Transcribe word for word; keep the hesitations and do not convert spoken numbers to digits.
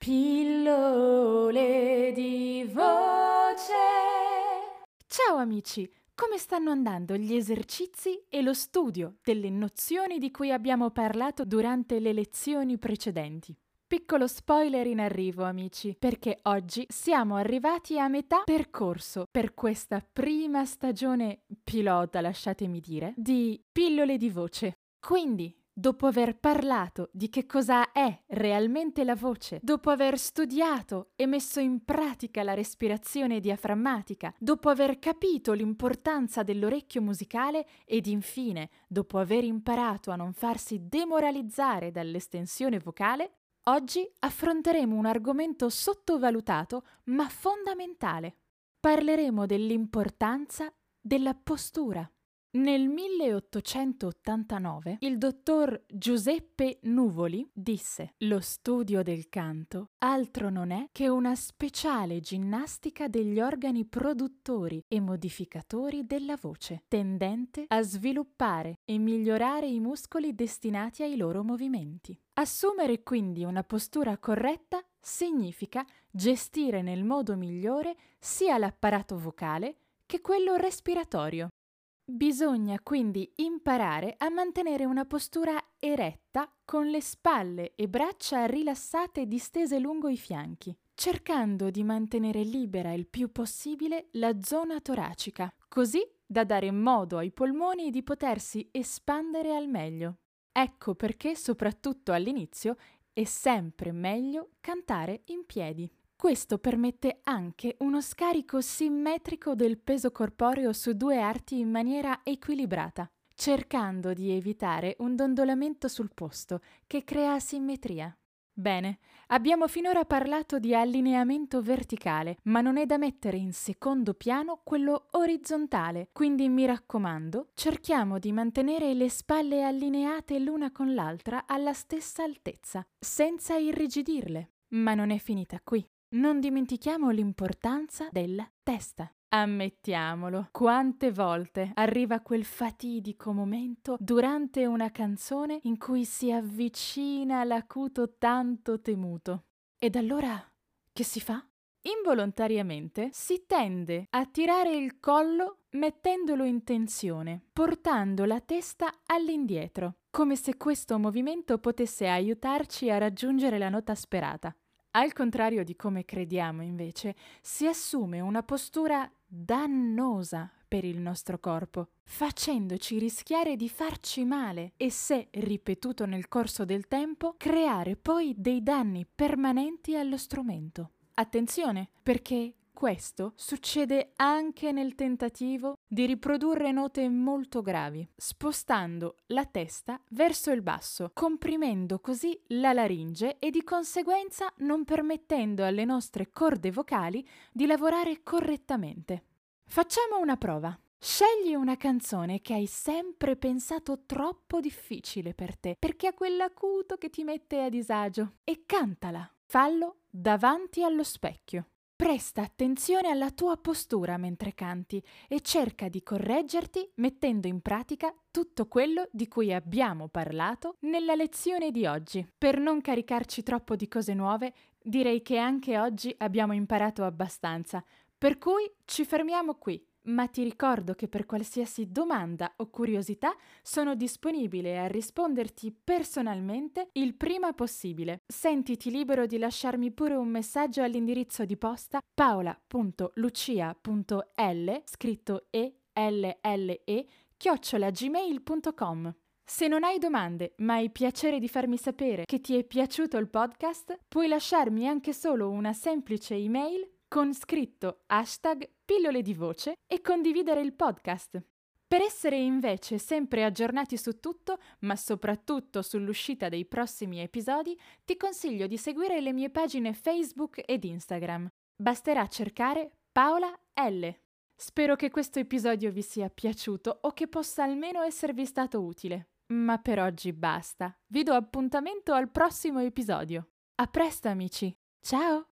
Pillole di voce. Ciao amici, come stanno andando gli esercizi e lo studio delle nozioni di cui abbiamo parlato durante le lezioni precedenti? Piccolo spoiler in arrivo, amici, perché oggi siamo arrivati a metà percorso per questa prima stagione pilota, lasciatemi dire, di Pillole di voce. Quindi, dopo aver parlato di che cosa è realmente la voce, dopo aver studiato e messo in pratica la respirazione diaframmatica, dopo aver capito l'importanza dell'orecchio musicale ed infine, dopo aver imparato a non farsi demoralizzare dall'estensione vocale, oggi affronteremo un argomento sottovalutato ma fondamentale. Parleremo dell'importanza della postura. Nel milleottocentottantanove il dottor Giuseppe Nuvoli disse: «Lo studio del canto altro non è che una speciale ginnastica degli organi produttori e modificatori della voce, tendente a sviluppare e migliorare i muscoli destinati ai loro movimenti. Assumere quindi una postura corretta significa gestire nel modo migliore sia l'apparato vocale che quello respiratorio. Bisogna quindi imparare a mantenere una postura eretta con le spalle e braccia rilassate e distese lungo i fianchi, cercando di mantenere libera il più possibile la zona toracica, così da dare modo ai polmoni di potersi espandere al meglio. Ecco perché, soprattutto all'inizio, è sempre meglio cantare in piedi. Questo permette anche uno scarico simmetrico del peso corporeo su due arti in maniera equilibrata, cercando di evitare un dondolamento sul posto che crea asimmetria. Bene, abbiamo finora parlato di allineamento verticale, ma non è da mettere in secondo piano quello orizzontale, quindi mi raccomando, cerchiamo di mantenere le spalle allineate l'una con l'altra alla stessa altezza, senza irrigidirle. Ma non è finita qui. Non dimentichiamo l'importanza della testa. Ammettiamolo, quante volte arriva quel fatidico momento durante una canzone in cui si avvicina l'acuto tanto temuto. Ed allora che si fa? Involontariamente si tende a tirare il collo mettendolo in tensione, portando la testa all'indietro, come se questo movimento potesse aiutarci a raggiungere la nota sperata. Al contrario di come crediamo, invece, si assume una postura dannosa per il nostro corpo, facendoci rischiare di farci male e, se ripetuto nel corso del tempo, creare poi dei danni permanenti allo strumento. Attenzione, perché questo succede anche nel tentativo di riprodurre note molto gravi, spostando la testa verso il basso, comprimendo così la laringe e di conseguenza non permettendo alle nostre corde vocali di lavorare correttamente. Facciamo una prova. Scegli una canzone che hai sempre pensato troppo difficile per te, perché ha quell'acuto che ti mette a disagio, e cantala. Fallo davanti allo specchio. Presta attenzione alla tua postura mentre canti e cerca di correggerti mettendo in pratica tutto quello di cui abbiamo parlato nella lezione di oggi. Per non caricarci troppo di cose nuove, direi che anche oggi abbiamo imparato abbastanza, per cui ci fermiamo qui. Ma ti ricordo che per qualsiasi domanda o curiosità sono disponibile a risponderti personalmente il prima possibile. Sentiti libero di lasciarmi pure un messaggio all'indirizzo di posta paola punto lucia punto l, scritto E L L E, chiocciola gmail punto com. Se non hai domande, ma hai piacere di farmi sapere che ti è piaciuto il podcast, puoi lasciarmi anche solo una semplice email con scritto hashtag pillole di voce e condividere il podcast. Per essere invece sempre aggiornati su tutto, ma soprattutto sull'uscita dei prossimi episodi, ti consiglio di seguire le mie pagine Facebook ed Instagram. Basterà cercare Paola L. Spero che questo episodio vi sia piaciuto o che possa almeno esservi stato utile. Ma per oggi basta. Vi do appuntamento al prossimo episodio. A presto, amici. Ciao!